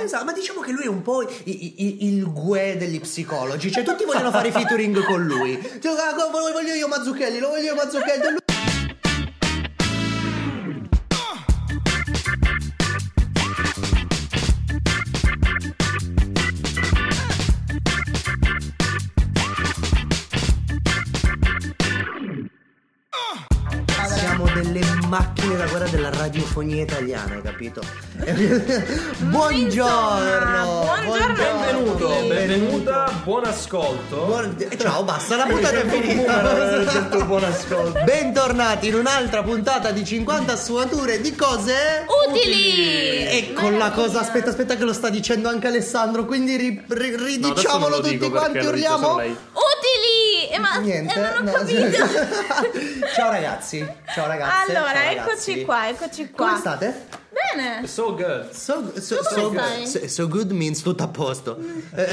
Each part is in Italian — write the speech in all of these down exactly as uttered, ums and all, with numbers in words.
Esatto, ma diciamo che lui è un po' i, i, il Gue degli psicologi, cioè tutti vogliono fare i featuring con lui. Cioè, ah, lo voglio io Mazzucchelli, lo voglio io Mazzucchelli. Lui... Siamo delle macchine da guerra della radiofonia italiana, hai capito? Buongiorno, buongiorno, benvenuto, benvenuta, buon ascolto. Buon... Ciao, basta, la puntata è finita. Buon ascolto. Bentornati in un'altra puntata di cinquanta sfumature di cose utili. E con la cosa, aspetta, aspetta che lo sta dicendo anche Alessandro, quindi ri, ri, ridiciamolo no, tutti quanti, urliamo. Utili! Eh, ma Niente, eh, non ho no, capito. Ciao ragazzi, ciao ragazze. Allora, ciao eccoci ragazzi. qua, eccoci qua. Come state? Bene. So good. So, so, Tu so, come stai? so, so good means tutto a posto. Per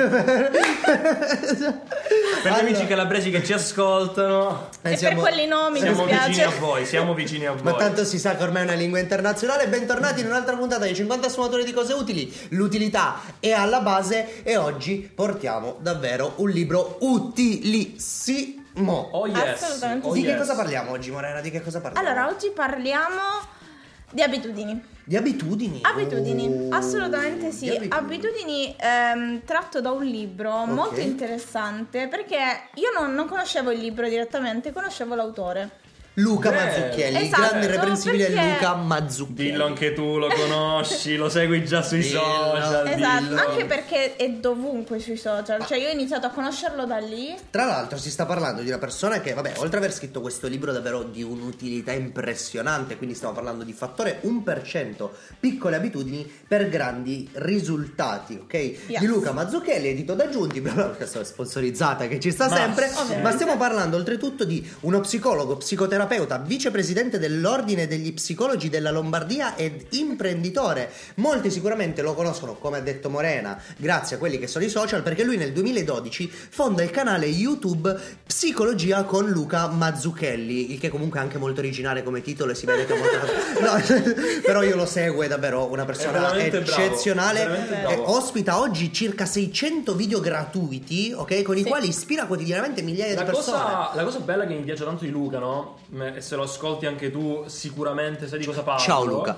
gli amici calabresi che ci ascoltano, Eh, E siamo- per quelli no, mi siamo vicini dispiace. a voi, siamo vicini a voi. Ma tanto si sa che ormai è una lingua internazionale. Bentornati in un'altra puntata di cinquanta sfumature di cose utili. L'utilità è alla base e oggi portiamo davvero un libro utilissimo. Oh yes. Assolutamente Oh Di che yes. cosa parliamo oggi, Morena? Di che cosa parliamo? Allora, oggi parliamo di abitudini. Di abitudini. Abitudini, Oh, assolutamente sì. di Abitudini, ehm, tratto da un libro molto interessante, perché io non, non conoscevo il libro direttamente, conoscevo l'autore. Luca Beh, Mazzucchelli, il esatto, grande irreprensibile perché- Luca Mazzucchelli. Dillo anche tu, lo conosci, lo segui già sui Dillo. social. Esatto, dillo. anche perché è dovunque sui social, cioè io ho iniziato a conoscerlo da lì. Tra l'altro si sta parlando di una persona che, vabbè, oltre ad aver scritto questo libro davvero di un'utilità impressionante, quindi stiamo parlando di fattore uno per cento, piccole abitudini per grandi risultati, ok? Yes. Di Luca Mazzucchelli, edito da Giunti, questa è sponsorizzata che ci sta Ma sempre, ovviamente. ma stiamo parlando oltretutto di uno psicologo, psicoterapeuta, vicepresidente dell'Ordine degli Psicologi della Lombardia ed imprenditore. Molti sicuramente lo conoscono, come ha detto Morena, grazie a quelli che sono i social, perché lui nel duemiladodici fonda il canale YouTube Psicologia con Luca Mazzucchelli, il che comunque è anche molto originale come titolo e si vede che è molto... no, però io lo seguo, è davvero una persona veramente bravo, eccezionale. veramente Eh, bravo. ospita oggi circa seicento video gratuiti, ok, con i Sì. quali ispira quotidianamente migliaia La di persone. cosa, la cosa bella che mi piace tanto di Luca, no? E se lo ascolti anche tu, sicuramente sai di cosa parlo. Ciao Luca.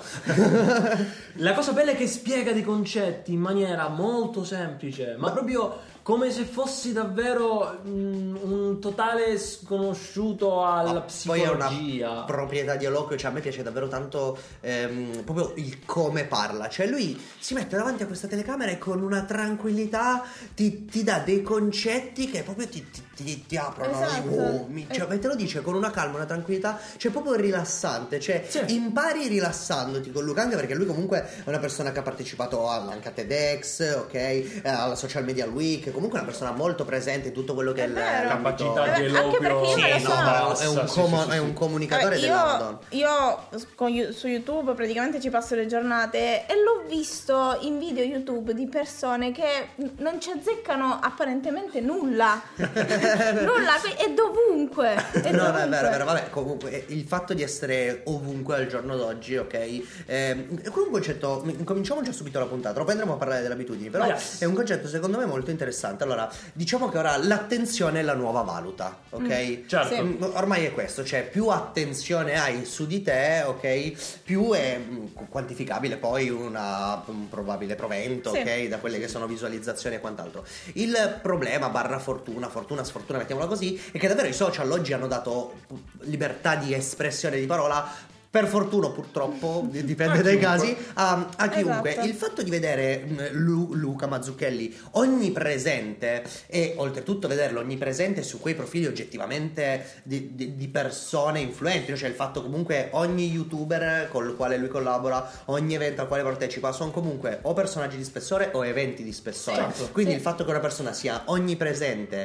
La cosa bella è che spiega dei concetti in maniera molto semplice, ma, ma proprio come se fossi davvero mm, un totale sconosciuto alla Ma poi è psicologia. una proprietà di eloquio, cioè a me piace davvero tanto ehm, proprio il come parla, cioè lui si mette davanti a questa telecamera e con una tranquillità ti, ti dà dei concetti che proprio ti, ti, ti, ti aprono Esatto. i gommi, cioè Eh. te lo dice con una calma, una tranquillità, cioè proprio rilassante, cioè Sì. impari rilassandoti con Luca, anche perché lui comunque è una persona che ha partecipato a- anche a TEDx, ok, eh, alla Social Media Week, comunque è una persona molto presente in tutto quello che è, È il- vero. l'ambito- Capacità di Eh, anche eloquio. perché io me la Sì, no, sono- ma è un, Sì, comu- sì, sì, è un sì. comunicatore Vabbè, della Madonna. io, io con you- su YouTube praticamente ci passo le giornate e l'ho visto in video YouTube di persone che non ci azzeccano apparentemente nulla. Nulla, qui- è dovunque. È No, no, dovunque. è vero, è vero, vabbè, comunque eh, il fatto di essere ovunque al giorno d'oggi, ok? ehm, È un concetto, cominciamo già subito la puntata, poi andremo a parlare delle abitudini, però Yes. è un concetto secondo me molto interessante. Allora, diciamo che ora l'attenzione è la nuova valuta, ok? Certo. Sì. Mm, Ormai è questo, cioè più attenzione hai su di te, ok? Più è mm, quantificabile poi una, un probabile provento, Sì. ok? Da quelle che sono visualizzazioni e quant'altro. Il problema barra fortuna, fortuna, sfortuna, mettiamola così, è che davvero i social oggi hanno dato libertà di espressione di parola. Per fortuna o purtroppo, dipende A dai chiunque. casi, a, a chiunque. Esatto. Il fatto di vedere mh, Lu- Luca Mazzucchelli onnipresente e oltretutto vederlo onnipresente su quei profili oggettivamente di, di- di persone influenti, cioè il fatto comunque ogni youtuber con il quale lui collabora, ogni evento al quale partecipa sono comunque o personaggi di spessore o eventi di spessore. Certo. Quindi Sì. il fatto che una persona sia onnipresente,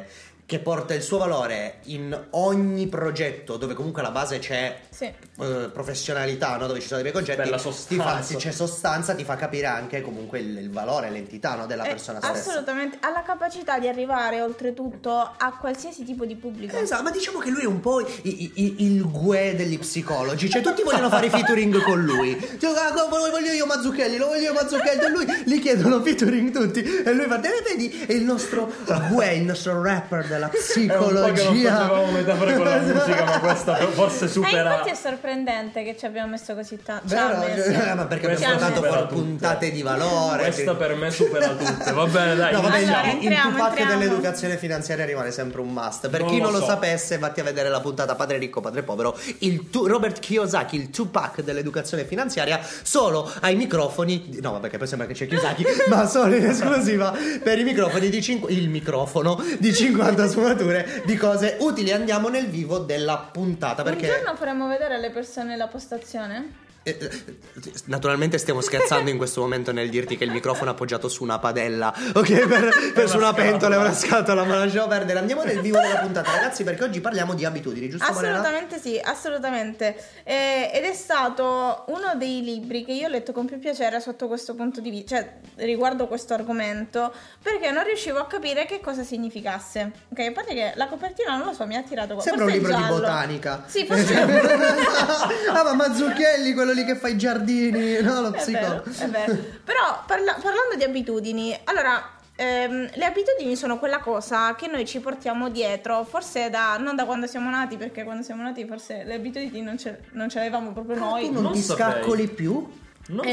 che porta il suo valore in ogni progetto dove comunque alla base c'è sì. eh, professionalità, no? Dove ci sono dei concetti, Bella ti sostanza. fa, se c'è sostanza ti fa capire anche comunque il, il valore, l'entità, no? Della Eh, persona stessa. assolutamente, ha la capacità di arrivare oltretutto a qualsiasi tipo di pubblico. Esatto, ma diciamo che lui è un po' i- i- il Gue degli psicologi, cioè tutti vogliono fare featuring con lui. Cioè, ah, lo voglio io Mazzucchelli, lo voglio io Mazzucchelli, e lui gli chiedono featuring tutti e lui fa, "Eh, vedi, è il nostro Gue, il nostro rapper della psicologia." È un po' che non facevamo metafore con la musica, ma questa forse E supera. infatti è sorprendente che ci abbiamo messo così tanto. Vero? Eh, ma perché Questa abbiamo portato supera fuori tutte. puntate di valore. Questa per me supera tutte. Va bene, dai. No, vabbè, Allora, il- entriamo, il Tupac entriamo. dell'educazione finanziaria rimane sempre un must. Per Non chi lo non lo so. sapesse, vatti a vedere la puntata Padre ricco, padre povero. Il tu- Robert Kiyosaki, il Tupac dell'educazione finanziaria, solo ai microfoni. No, vabbè, che poi sembra che c'è Kiyosaki, ma solo in esclusiva per i microfoni di cinque il microfono di cinquanta sfumature di cose utili. Andiamo nel vivo della puntata. Perché Un giorno faremo vedere alle persone la postazione. Eh, eh, naturalmente stiamo scherzando in questo momento nel dirti che il microfono è appoggiato su una padella, ok? Per, per su una pentola e una scatola, ma lasciamo perdere. Andiamo nel vivo della puntata, ragazzi, perché oggi parliamo di abitudini, giusto? Morena? Assolutamente sì, assolutamente. Eh, ed è stato uno dei libri che io ho letto con più piacere sotto questo punto di vista, cioè riguardo questo argomento, perché non riuscivo a capire che cosa significasse. Ok, a parte che la copertina non lo so, mi ha attirato. Sembra un forse è libro di giallo. botanica. Sì, forse Ah, ma Mazzucchelli, quello lì che fa i giardini, no? Lo è psicologo. vero, è vero. Però parla- parlando di abitudini, allora ehm, le abitudini sono quella cosa che noi ci portiamo dietro, forse da non da quando siamo nati, perché quando siamo nati forse le abitudini non ce, non ce le avevamo proprio noi. Tu non, non ti saprei. scaccoli più? Non so.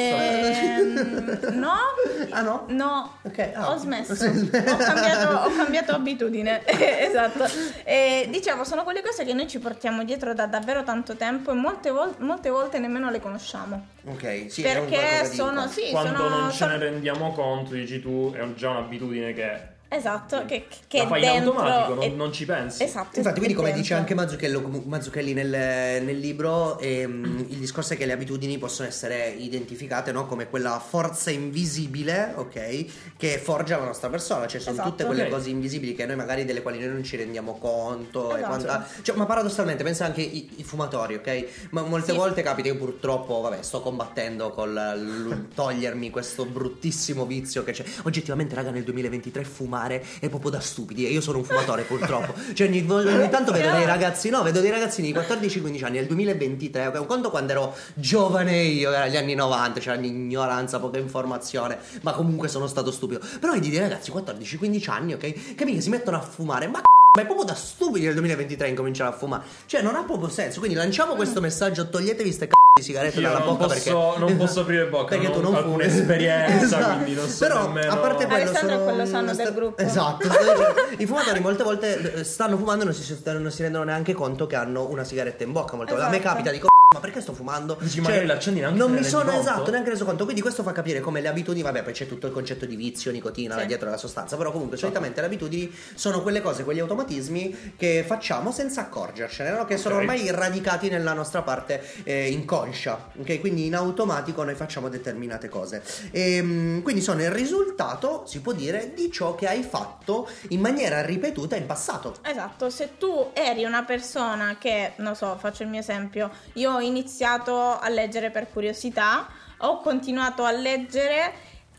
Ehm, no, Ah no? no, Ok, ah. ho smesso, ho cambiato, ho cambiato abitudine, esatto. E dicevo, sono quelle cose che noi ci portiamo dietro da davvero tanto tempo e molte, vol- molte volte nemmeno le conosciamo. Ok, sì, è un Perché qualcosa di sono, inconscio. sì, Quando sono, non ce sono- ne rendiamo conto, dici tu, è già un'abitudine che esatto, che, che la è fai in dentro automatico, non, e- non ci pensi. Esatto. Infatti, quindi è come dentro. dice anche Mazzucchelli, Mazzucchelli nel, nel libro, ehm, il discorso è che le abitudini possono essere identificate, no? Come quella forza invisibile, ok? Che forgia la nostra persona, cioè sono Esatto. tutte quelle Ok. cose invisibili che noi magari delle quali noi non ci rendiamo conto e Esatto. quanta- cioè, ma paradossalmente pensa anche i, i fumatori, ok? Ma molte Sì. volte capita, io purtroppo, vabbè, sto combattendo con l- togliermi questo bruttissimo vizio che c'è. Oggettivamente, raga, nel duemilaventitré fumare è proprio da stupidi e io sono un fumatore purtroppo. Cioè ogni, ogni tanto vedo dei ragazzi, no, vedo dei ragazzini di quattordici quindici anni nel duemilaventitré, ok? Un conto quando ero giovane io, era gli anni novanta, c'era ignoranza, poca informazione, ma comunque sono stato stupido. Però vedi dei ragazzi quattordici quindici anni, ok? Che mica si mettono a fumare, ma ma è proprio da stupidi nel duemilaventitré incominciare a fumare. Cioè non ha proprio senso. Quindi lanciamo questo messaggio: toglietevi ste c***o di sigarette Io dalla non bocca posso, perché non posso aprire bocca, perché tu non non ho alcuna fumi. esperienza, Esatto. quindi non so Però nemmeno. a parte quello, Alessandro sono è quello sano del gruppo. Esatto. sto dicendo, i fumatori molte volte eh, stanno fumando e non si, non si rendono neanche conto che hanno una sigaretta in bocca. Molte volte. A me Esatto. capita di ma perché sto fumando? Dici, magari l'accendi neanche non te ne mi rendi sono conto. esatto neanche reso conto. Quindi questo fa capire come le abitudini, vabbè, poi c'è tutto il concetto di vizio, nicotina Sì. là dietro la sostanza, però comunque solitamente le abitudini sono quelle cose, quegli automatismi che facciamo senza accorgercene, no? Che sono Ok. ormai radicati nella nostra parte eh, inconscia, ok? Quindi in automatico noi facciamo determinate cose. E, mm, quindi sono il risultato, si può dire, di ciò che hai fatto in maniera ripetuta in passato. Esatto, se tu eri una persona che, non so, faccio il mio esempio, io ho iniziato a leggere per curiosità, ho continuato a leggere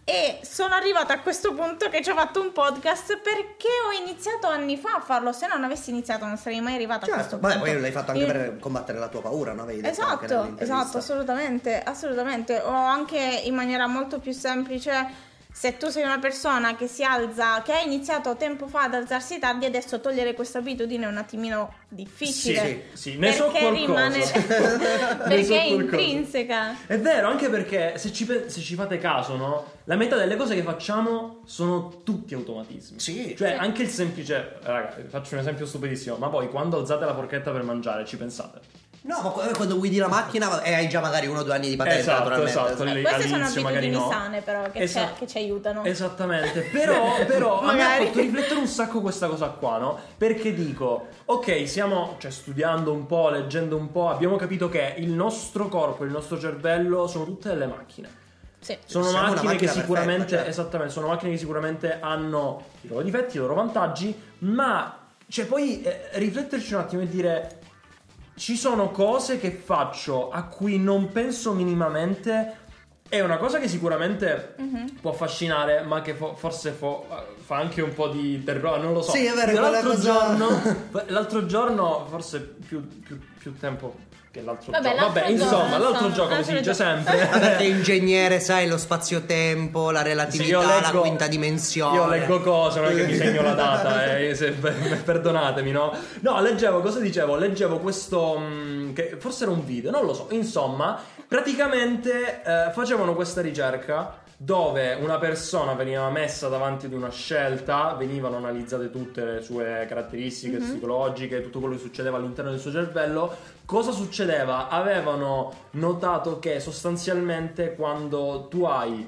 e sono arrivata a questo punto che ci ho fatto un podcast perché ho iniziato anni fa a farlo. Se non avessi iniziato non sarei mai arrivata a Certo, questo vabbè, punto. poi l'hai fatto anche Io- per combattere la tua paura, no? Avevi detto anche Esatto, nell'intervista. esatto, assolutamente, assolutamente. O anche in maniera molto più semplice, se tu sei una persona che si alza, che ha iniziato tempo fa ad alzarsi tardi, adesso togliere questa abitudine è un attimino difficile. Sì, sì, ne so perché qualcosa. rimane Ne so perché è qualcosa. intrinseca. È vero, anche perché se ci, pe- se ci fate caso, no? La metà delle cose che facciamo sono tutti automatismi. Sì. Cioè, anche il semplice. Raga, faccio un esempio stupidissimo. Ma poi quando alzate la forchetta per mangiare, ci pensate? No, ma qu- quando guidi la macchina e hai già magari uno o due anni di patente, Esatto, naturalmente. esatto. Eh, Lì- queste sono all'inizio magari abitudini no. sane però che, Esatto. c'è- che ci aiutano. Esattamente, però, però a me ha Magari. fatto riflettere un sacco questa cosa qua, no? Perché dico, ok, stiamo cioè, studiando un po', leggendo un po', abbiamo capito che il nostro corpo, il nostro cervello sono tutte delle macchine. Sì. Sono Siamo una macchine che macchina sicuramente, perfetta, certo. esattamente, sono macchine che sicuramente hanno i loro difetti, i loro vantaggi, ma cioè poi eh, rifletterci un attimo e dire ci sono cose che faccio a cui non penso minimamente. È una cosa che sicuramente mm-hmm. può affascinare, ma che fo- forse fo- fa anche un po' di terrore, non lo so. Sì, è vero, l'altro cosa... giorno l'altro giorno forse più, più, più tempo che l'altro Vabbè, giorno. Vabbè, l'altro insomma, giorno, l'altro insomma, gioco come si dice sempre. Vabbè, te ingegnere, sai, lo spazio-tempo, la relatività, sì, io leggo, la quinta dimensione. Io leggo cose, non è che mi segno la data, eh, se, perdonatemi, no? No, leggevo, cosa dicevo? Leggevo questo, mh, che forse era un video, non lo so. Insomma, praticamente eh, facevano questa ricerca dove una persona veniva messa davanti ad una scelta, venivano analizzate tutte le sue caratteristiche mm-hmm. psicologiche, tutto quello che succedeva all'interno del suo cervello. Cosa succedeva? Avevano notato che sostanzialmente quando tu hai,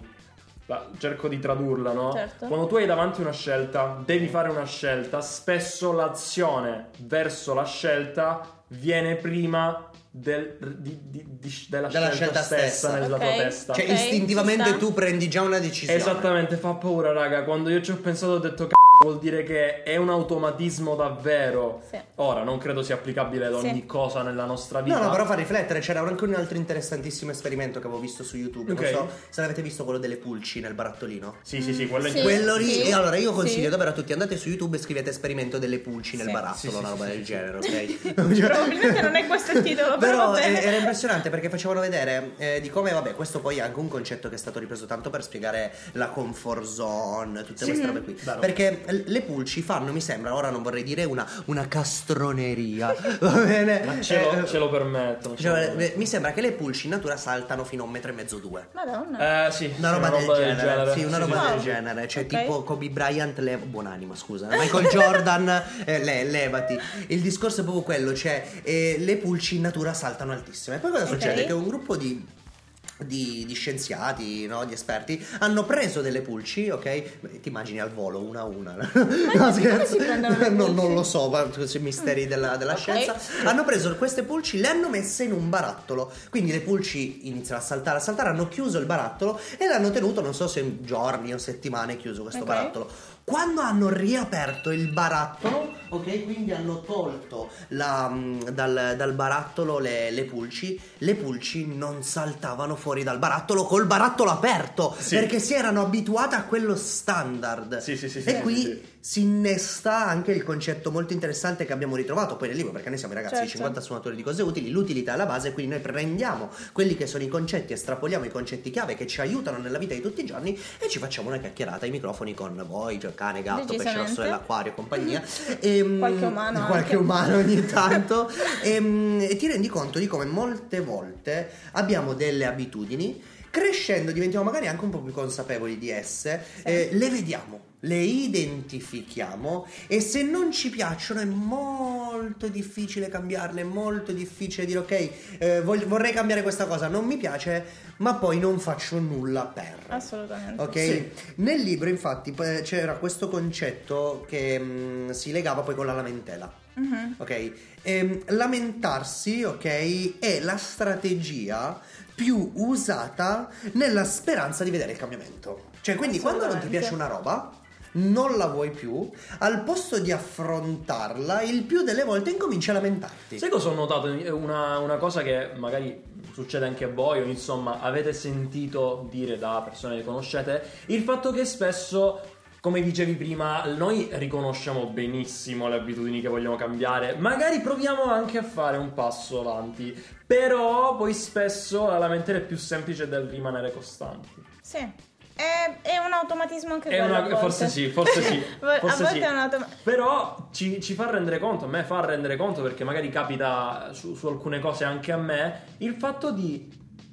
cerco di tradurla, no? Certo. Quando tu hai davanti una scelta, devi fare una scelta, spesso l'azione verso la scelta viene prima Del, di, di, di, della, della scelta, scelta stessa, stessa nella okay. tua testa. Cioè okay, istintivamente tu prendi già una decisione. Esattamente, fa paura, raga. Quando io ci ho pensato ho detto c***o, vuol dire che è un automatismo davvero. Sì. Ora non credo sia applicabile ad ogni sì. cosa nella nostra vita. No, no, però fa riflettere. C'era anche un altro interessantissimo esperimento che avevo visto su YouTube. Okay. Non so se l'avete visto, quello delle pulci nel barattolino. Sì, sì, sì, quello, sì. in... quello lì. Sì. E allora io consiglio sì. davvero a tutti, andate su YouTube e scrivete esperimento delle pulci nel sì. barattolo, sì, sì, una roba sì, del sì. genere, ok? Probabilmente non è questo il titolo, però, però va bene. era impressionante perché facevano vedere eh, di come, vabbè, questo poi è anche un concetto che è stato ripreso tanto per spiegare la comfort zone, tutte sì. queste robe qui. Bello. Perché le pulci fanno, mi sembra, ora non vorrei dire una, una castroneria, va bene? Ma ce lo, Eh, ce lo permettono. ce cioè, lo permettono. eh, mi sembra che le pulci in natura saltano fino a un metro e mezzo, due. Madonna. Eh sì, Una roba, una del, roba genere, del genere. sì, una Sì, roba sì, del sì. genere, cioè Ok. tipo Kobe Bryant, le... buonanima scusa, Michael Jordan, eh, le, levati. Il discorso è proprio quello, cioè eh, le pulci in natura saltano altissime. E poi cosa Ok. succede? Che un gruppo di Di, di scienziati, no? Di esperti hanno preso delle pulci, ok? Ti immagini al volo una a una? No, come si prendono le non, pulci? non lo so, ma questi misteri della, della Ok. scienza. Hanno preso queste pulci, le hanno messe in un barattolo. Quindi le pulci iniziano a saltare, a saltare, hanno chiuso il barattolo e l'hanno tenuto, non so se giorni o settimane chiuso questo Ok. barattolo. Quando hanno riaperto il barattolo, ok, quindi hanno tolto la, mh, dal, dal barattolo le, le pulci, le pulci non saltavano fuori dal barattolo col barattolo aperto, Sì. perché si erano abituate a quello standard. Sì, sì, sì, e sì, qui sì, sì. si innesta anche il concetto molto interessante che abbiamo ritrovato poi nel libro, perché noi siamo i ragazzi Certo. di cinquanta sfumature di cose utili, l'utilità è la base, quindi noi prendiamo quelli che sono i concetti, estrapoliamo i concetti chiave che ci aiutano nella vita di tutti i giorni e ci facciamo una chiacchierata ai microfoni con voi, cioè cane, gatto, pesce Decisamente. rosso dell'acquario e compagnia. E, Qualche umano qualche anche. umano ogni tanto. e, e ti rendi conto di come molte volte abbiamo delle abitudini, crescendo diventiamo magari anche un po' più consapevoli di esse, Sì. eh, le vediamo, le identifichiamo e se non ci piacciono è molto difficile cambiarle, è molto difficile dire ok, eh, voglio- vorrei cambiare questa cosa, non mi piace, ma poi non faccio nulla per. Assolutamente. Ok? Sì. Nel libro infatti p- c'era questo concetto che mh, si legava poi con la lamentela. Mhm. Ok? Ehm, lamentarsi, ok, è la strategia più usata nella speranza di vedere il cambiamento. Cioè, quindi quando non ti Assolutamente. piace una roba, non la vuoi più, al posto di affrontarla, il più delle volte incominci a lamentarti. Sai cosa ho notato? Una, una cosa che magari succede anche a voi o insomma avete sentito dire da persone che conoscete, il fatto che spesso, come dicevi prima, noi riconosciamo benissimo le abitudini che vogliamo cambiare, magari proviamo anche a fare un passo avanti, però poi spesso la lamentela è più semplice del rimanere costanti. Sì. È, è un automatismo anche È quello. una, a volte. forse sì, forse sì, A forse volte sì. è un automatismo. Però ci, ci fa rendere conto, a me fa rendere conto, perché magari capita su, su alcune cose anche a me, il fatto di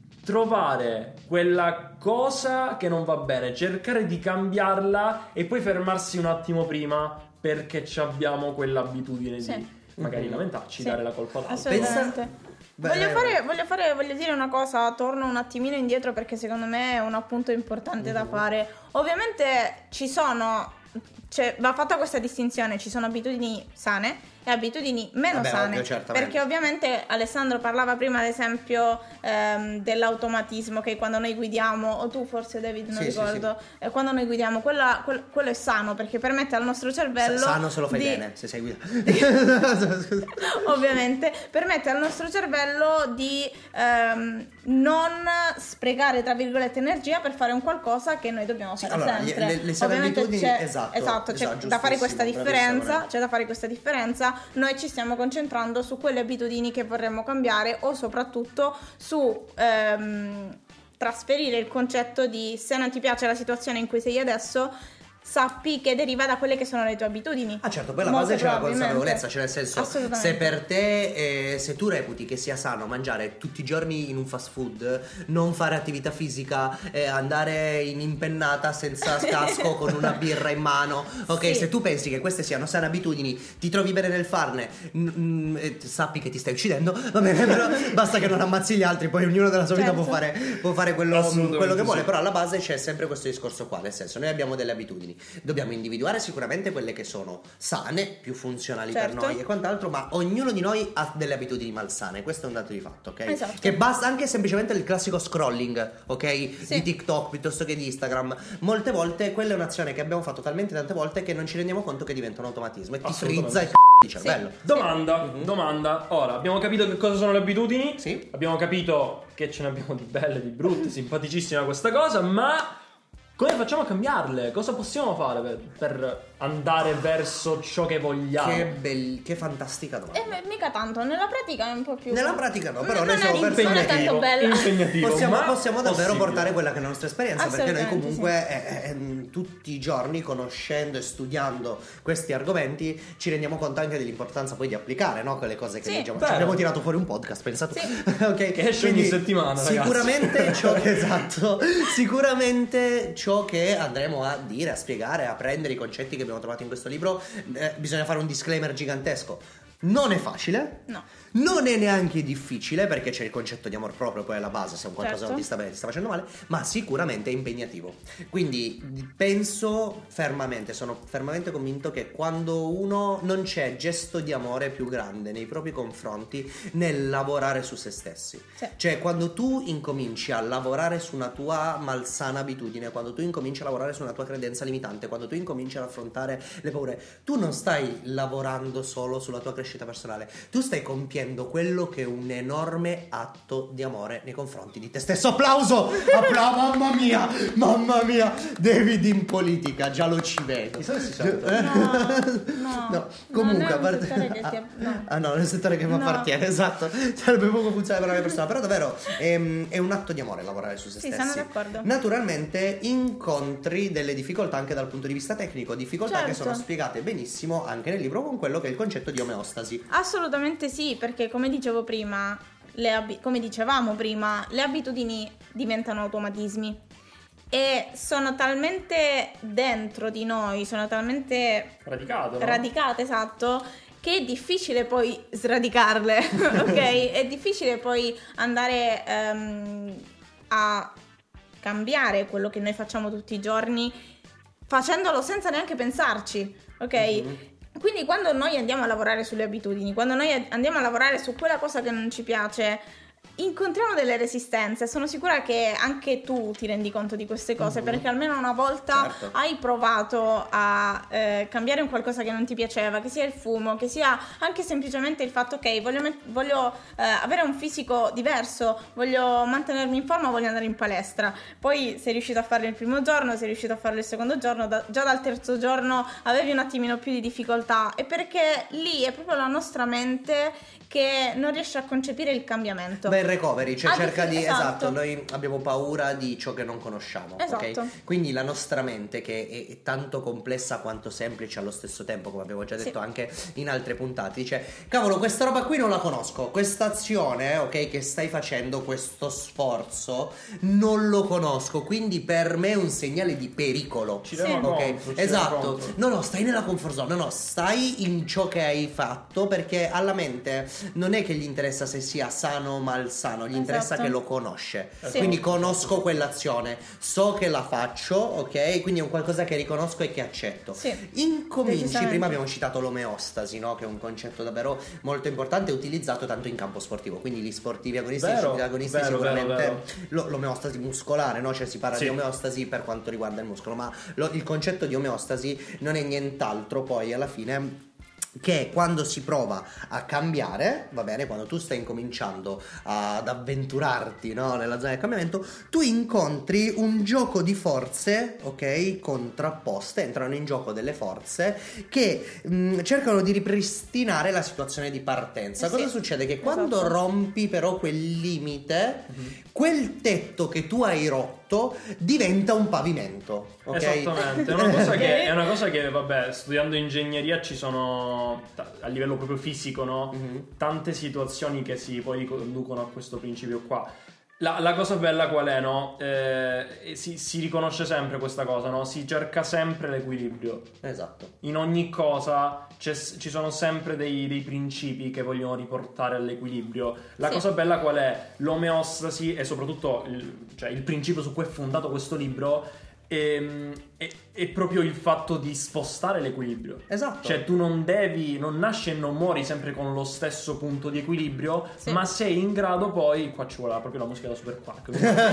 trovare quella cosa che non va bene, cercare di cambiarla e poi fermarsi un attimo prima perché ci abbiamo quell'abitudine Sì. di magari Mhm. lamentarci, Sì. dare la colpa ad altri. Assolutamente. Beh, voglio, fare, voglio fare, voglio dire una cosa, torno un attimino indietro perché secondo me è un appunto importante da fare. Ovviamente ci sono, cioè va fatta questa distinzione, ci sono abitudini sane e abitudini meno Vabbè, sane. ovvio, perché ovviamente Alessandro parlava prima ad esempio ehm, dell'automatismo, che quando noi guidiamo, o tu forse David, non Sì, ricordo, sì, eh, quando noi guidiamo, quella, quel- quello è sano, perché permette al nostro cervello Sa- sano se lo fai di- bene, se sai guidare. ovviamente permette al nostro cervello di ehm, non sprecare tra virgolette energia per fare un qualcosa che noi dobbiamo fare allora, sempre. le- le sane Ovviamente abitudini, c'è, esatto, esatto, c'è esatto, da fare questa giustissimo, differenza, bravissimo, c'è da fare questa differenza. Noi ci stiamo concentrando su quelle abitudini che vorremmo cambiare, o soprattutto su ehm, trasferire il concetto di: se non ti piace la situazione in cui sei adesso, sappi che deriva da quelle che sono le tue abitudini. Ah certo, poi la Molto base c'è la probabilmente. consapevolezza, cioè nel senso, Assolutamente. se per te, eh, se tu reputi che sia sano mangiare tutti i giorni in un fast food, non fare attività fisica, eh, andare in impennata senza casco con una birra in mano, ok, Sì. se tu pensi che queste siano sane abitudini, ti trovi bene nel farne, mm, mm, eh, sappi che ti stai uccidendo, va bene, però basta che non ammazzi gli altri, poi ognuno della sua vita Certo. può fare, può fare quello, Assolutamente quello che vuole, sì. però alla base c'è sempre questo discorso qua, nel senso, noi abbiamo delle abitudini. Dobbiamo individuare sicuramente quelle che sono sane, più funzionali Certo. per noi e quant'altro, ma ognuno di noi ha delle abitudini malsane, questo è un dato di fatto, ok? Esatto. Che basta anche semplicemente il classico scrolling, ok? Sì. Di TikTok piuttosto che di Instagram. Molte volte quella è un'azione che abbiamo fatto talmente tante volte che non ci rendiamo conto che diventa un automatismo e ti Assolutamente. frizza il c***o di cervello. Domanda, domanda. Ora, abbiamo capito che cosa sono le abitudini. Sì. Abbiamo capito che ce ne abbiamo di belle, di brutte, simpaticissima questa cosa, ma come facciamo a cambiarle? Cosa possiamo fare per, per andare verso ciò che vogliamo? Che bel, che fantastica domanda. E m- mica tanto, nella pratica è un po' più. Nella pratica no, però non noi è siamo non è persone tanto che bella. impegnativo, Possiamo, ma possiamo davvero possibile. portare quella che è la nostra esperienza, perché noi Assolutamente, comunque eh, eh, tutti i giorni, conoscendo e studiando questi argomenti, ci rendiamo conto anche dell'importanza poi di applicare, no? Quelle cose che Sì. leggiamo. Ci Vero. abbiamo tirato fuori un podcast, pensate. Sì. Ok, Che esce ogni settimana, ragazzi. Sicuramente ciò che esatto, sicuramente ciò che andremo a dire, a spiegare, a prendere i concetti che abbiamo trovato in questo libro, eh, bisogna fare un disclaimer gigantesco. Non è facile. No. Non è neanche difficile, perché c'è il concetto di amor proprio poi alla base, se un qualcosa Certo. non ti sta bene, ti sta facendo male, ma sicuramente è impegnativo. Quindi penso fermamente, sono fermamente convinto che quando uno non c'è gesto di amore più grande nei propri confronti nel lavorare su se stessi. Sì. Cioè quando tu incominci a lavorare su una tua malsana abitudine, quando tu incominci a lavorare su una tua credenza limitante, quando tu incominci ad affrontare le paure, tu non stai lavorando solo sulla tua crescita personale, tu stai compiendo quello che è un enorme atto di amore nei confronti di te stesso. Applauso! Appla- mamma mia! Mamma mia! David in politica, già lo ci vedo. Chissà se si sente. Eh? No, No, comunque non è a un parte- settore che ti- ah, no. ah no, nel settore che mi No. appartiene, esatto. Sarebbe poco funzionale per una persona, però davvero è, è un atto di amore lavorare su se Sì, stessi. sono d'accordo. Naturalmente incontri delle difficoltà anche dal punto di vista tecnico, difficoltà che Certo. sono spiegate benissimo anche nel libro con quello che è il concetto di omeostasi. Assolutamente sì, perché come dicevo prima, le abi- come dicevamo prima, le abitudini diventano automatismi e sono talmente dentro di noi, sono talmente Radicato, no? radicate, esatto, che è difficile poi sradicarle, ok? È difficile poi andare ehm, a cambiare quello che noi facciamo tutti i giorni facendolo senza neanche pensarci, ok? Mhm. Quindi quando noi andiamo a lavorare sulle abitudini, quando noi andiamo a lavorare su quella cosa che non ci piace, incontriamo delle resistenze. Sono sicura che anche tu ti rendi conto di queste cose, Mhm. perché almeno una volta Certo. hai provato a eh, cambiare un qualcosa che non ti piaceva, che sia il fumo, che sia anche semplicemente il fatto ok, voglio, met- voglio eh, avere un fisico diverso, voglio mantenermi in forma, voglio andare in palestra. Poi sei riuscito a farlo il primo giorno, sei riuscito a farlo il secondo giorno, da- già dal terzo giorno avevi un attimino più di difficoltà, e perché lì è proprio la nostra mente che non riesce a concepire il cambiamento. Beh, il recovery, cioè Ah, cerca di, esatto. esatto, noi abbiamo paura di ciò che non conosciamo, Esatto. ok? Quindi la nostra mente, che è, è tanto complessa quanto semplice allo stesso tempo, come abbiamo già Sì. detto anche in altre puntate, dice cavolo, questa roba qui non la conosco, questa azione, ok, che stai facendo, questo sforzo non lo conosco, quindi per me è un segnale di pericolo. Ci Sì. rema Ok, contro, ci esatto. rema contro. No, no, stai nella comfort zone. No, no, stai in ciò che hai fatto, perché alla mente non è che gli interessa se sia sano o malsano. Bolzano, gli interessa Esatto. che lo conosce. Sì. Quindi conosco quell'azione, so che la faccio, ok? Quindi è un qualcosa che riconosco e che accetto. Sì. Incominci, Decisamente. prima abbiamo citato l'omeostasi, no? Che è un concetto davvero molto importante, utilizzato tanto in campo sportivo. Quindi gli sportivi agonisti Vero, e gli agonisti vero, sicuramente vero, lo- l'omeostasi muscolare, no? Cioè si parla Sì. di omeostasi per quanto riguarda il muscolo, ma lo- il concetto di omeostasi non è nient'altro poi alla fine che quando si prova a cambiare, va bene, quando tu stai incominciando ad avventurarti, no, nella zona del cambiamento, tu incontri un gioco di forze, ok, contrapposte, entrano in gioco delle forze che mh, cercano di ripristinare la situazione di partenza. Eh sì. Cosa succede? Che quando Esatto. rompi però quel limite, quel tetto che tu hai rotto diventa un pavimento, ok? Esattamente, è una cosa che, è una cosa che, vabbè, studiando ingegneria ci sono, a livello proprio fisico, no? Mhm. Tante situazioni che si poi conducono a questo principio qua. La, la cosa bella qual è, no? Eh, si, si riconosce sempre questa cosa, no? Si cerca sempre l'equilibrio. Esatto. In ogni cosa c'è- ci sono sempre dei, dei principi che vogliono riportare all'equilibrio. La Sì. cosa bella qual è? L'omeostasi e soprattutto il, cioè il principio su cui è fondato questo libro è, è, è proprio il fatto di spostare l'equilibrio. Esatto. Cioè tu non devi, non nasci e non muori sempre con lo stesso punto di equilibrio, Sì. ma sei in grado poi, qua ci vuole proprio la musica da Super Quark,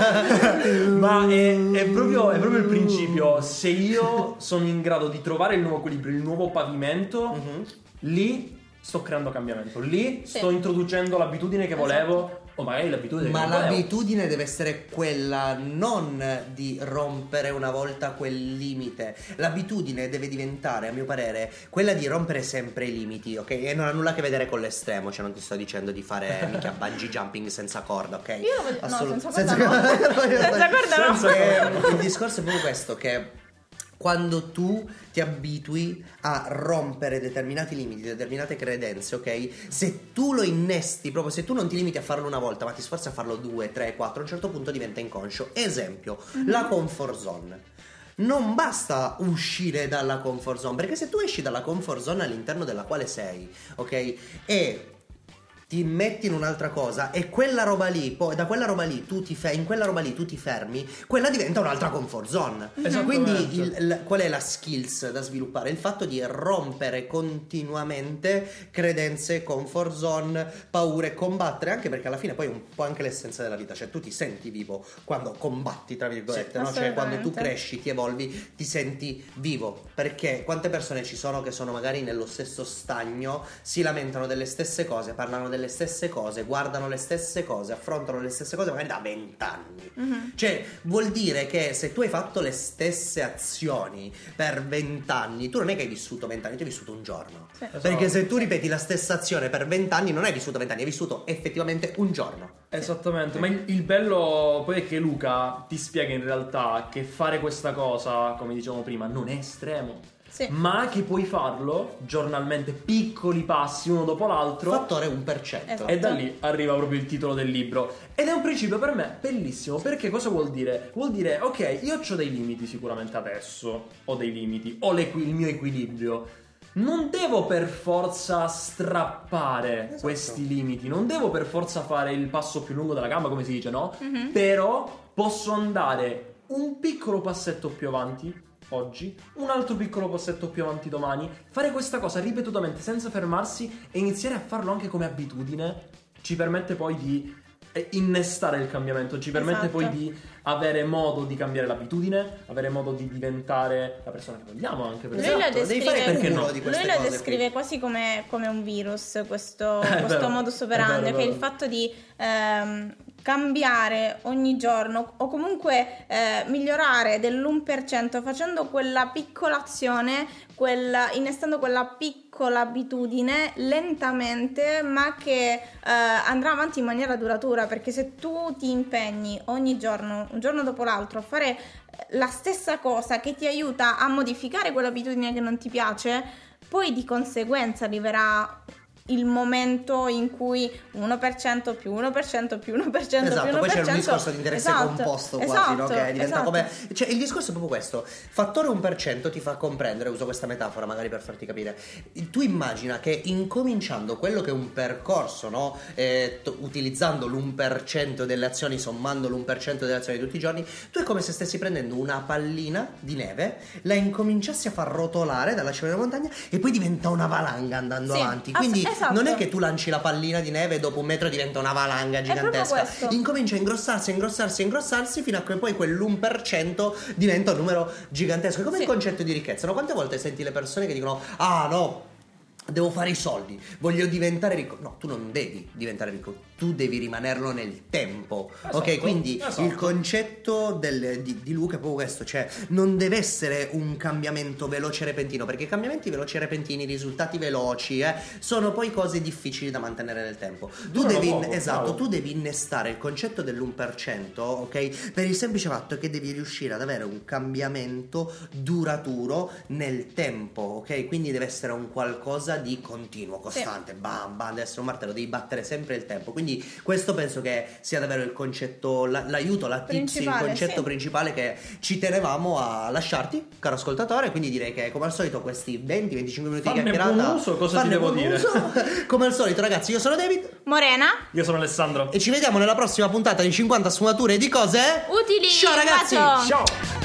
ma è, è, proprio, è proprio il principio, se io sono in grado di trovare il nuovo equilibrio, il nuovo pavimento, Mhm. lì sto creando cambiamento, lì Sì. sto introducendo l'abitudine che volevo, o magari l'abitudine Ma che non volevo. l'abitudine deve essere quella non di rompere una volta quel limite. L'abitudine deve diventare, a mio parere, quella di rompere sempre i limiti, ok? E non ha nulla a che vedere con l'estremo, cioè non ti sto dicendo di fare mica bungee jumping senza corda, ok? Io lo voglio- no, Assolut- senza corda no. Senza corda no. Senza Eh, il discorso è proprio questo, che quando tu ti abitui a rompere determinati limiti, determinate credenze, ok? Se tu lo innesti proprio, se tu non ti limiti a farlo una volta, ma ti sforzi a farlo due, tre, quattro, a un certo punto diventa inconscio. Esempio, la comfort zone. Non basta uscire dalla comfort zone, perché se tu esci dalla comfort zone all'interno della quale sei, ok? E ti metti in un'altra cosa e quella roba lì, poi da quella roba lì tu ti fe- in quella roba lì tu ti fermi, quella diventa un'altra comfort zone. Esattamente. Quindi il- il- qual è la skills da sviluppare? Il fatto di rompere continuamente credenze, comfort zone, paure, combattere, anche perché alla fine poi è un po' anche l'essenza della vita, cioè tu ti senti vivo quando combatti, tra virgolette, Sì, no? Cioè quando tu assolutamente. cresci, ti evolvi, ti senti vivo, perché quante persone ci sono che sono magari nello stesso stagno, si lamentano delle stesse cose, parlano delle stesse cose, guardano le stesse cose, affrontano le stesse cose magari da vent'anni. Mhm. Cioè vuol dire che se tu hai fatto le stesse azioni per vent'anni, tu non è che hai vissuto vent'anni, tu hai vissuto un giorno. Sì. Perché se tu ripeti la stessa azione per vent'anni non hai vissuto vent'anni, hai vissuto effettivamente un giorno. Esattamente, ma il, il bello poi è che Luca ti spiega in realtà che fare questa cosa, come dicevamo prima, non è estremo, Sì. ma che puoi farlo giornalmente, piccoli passi uno dopo l'altro. Fattore uno per cento. Esatto. E da lì arriva proprio il titolo del libro. Ed è un principio per me bellissimo, perché cosa vuol dire? Vuol dire, ok, io ho dei limiti sicuramente adesso, ho dei limiti, ho l'equi- il mio equilibrio. Non devo per forza strappare Esatto. questi limiti, non devo per forza fare il passo più lungo della gamba, come si dice, no? Mhm. Però posso andare un piccolo passetto più avanti oggi, un altro piccolo passetto più avanti domani, fare questa cosa ripetutamente senza fermarsi e iniziare a farlo anche come abitudine ci permette poi di eh, innestare il cambiamento, ci permette Esatto. poi di avere modo di cambiare l'abitudine, avere modo di diventare la persona che vogliamo anche per Lui lo Esatto, devi descrive, fare Perché no? cumulo di queste lui lo cose descrive qui. quasi come, come un virus, questo, È questo vero, modus è operandi, vero, è che è il vero. fatto di ehm, cambiare ogni giorno o comunque eh, migliorare dell'uno per cento facendo quella piccola azione, quella, innestando quella piccola abitudine lentamente, ma che eh, andrà avanti in maniera duratura, perché se tu ti impegni ogni giorno, un giorno dopo l'altro, a fare la stessa cosa che ti aiuta a modificare quell'abitudine che non ti piace, poi di conseguenza arriverà il momento in cui uno per cento più uno per cento più uno per cento esatto, più uno per cento. Poi c'è un discorso di interesse esatto, composto quasi, esatto, no? Che diventa esatto. come... Cioè il discorso è proprio questo. Fattore uno per cento ti fa comprendere, uso questa metafora magari per farti capire. Tu immagina che incominciando quello che è un percorso, no? Eh, t- utilizzando l'uno per cento delle azioni, sommando l'uno per cento delle azioni di tutti i giorni, tu è come se stessi prendendo una pallina di neve, la incominciassi a far rotolare dalla cima della montagna e poi diventa una valanga andando Sì, avanti. Quindi ass- esatto. non è che tu lanci la pallina di neve e dopo un metro diventa una valanga gigantesca. questo. Incomincia a ingrossarsi, a ingrossarsi, a ingrossarsi fino a che poi quell'uno per cento diventa un numero gigantesco. È come Sì. il concetto di ricchezza, no? Quante volte senti le persone che dicono ah no, devo fare i soldi, voglio diventare ricco. No, tu non devi diventare ricco, tu devi rimanerlo nel tempo. Esatto, ok, quindi esatto. il concetto del, di, di Luca è proprio questo, cioè non deve essere un cambiamento veloce e repentino, perché i cambiamenti veloci e repentini, risultati veloci, eh, sono poi cose difficili da mantenere nel tempo. Tu Durano devi, poco, esatto, bravo. tu devi innestare il concetto dell'uno per cento, ok, per il semplice fatto che devi riuscire ad avere un cambiamento duraturo nel tempo, ok, quindi deve essere un qualcosa di continuo, costante, sì. bam bam, deve essere un martello, devi battere sempre il tempo. Quindi questo penso che sia davvero il concetto, la, l'aiuto, la tips, il concetto sì. principale che ci tenevamo a lasciarti, caro ascoltatore. Quindi direi che come al solito questi venti venticinque minuti Fanne di chiacchierata, buon uso, cosa ti devo dire? Uso. Come al solito ragazzi, io sono David Morena, Io sono Alessandro. e ci vediamo nella prossima puntata di cinquanta sfumature di cose utili. ciao ragazzi, Bacio. Ciao.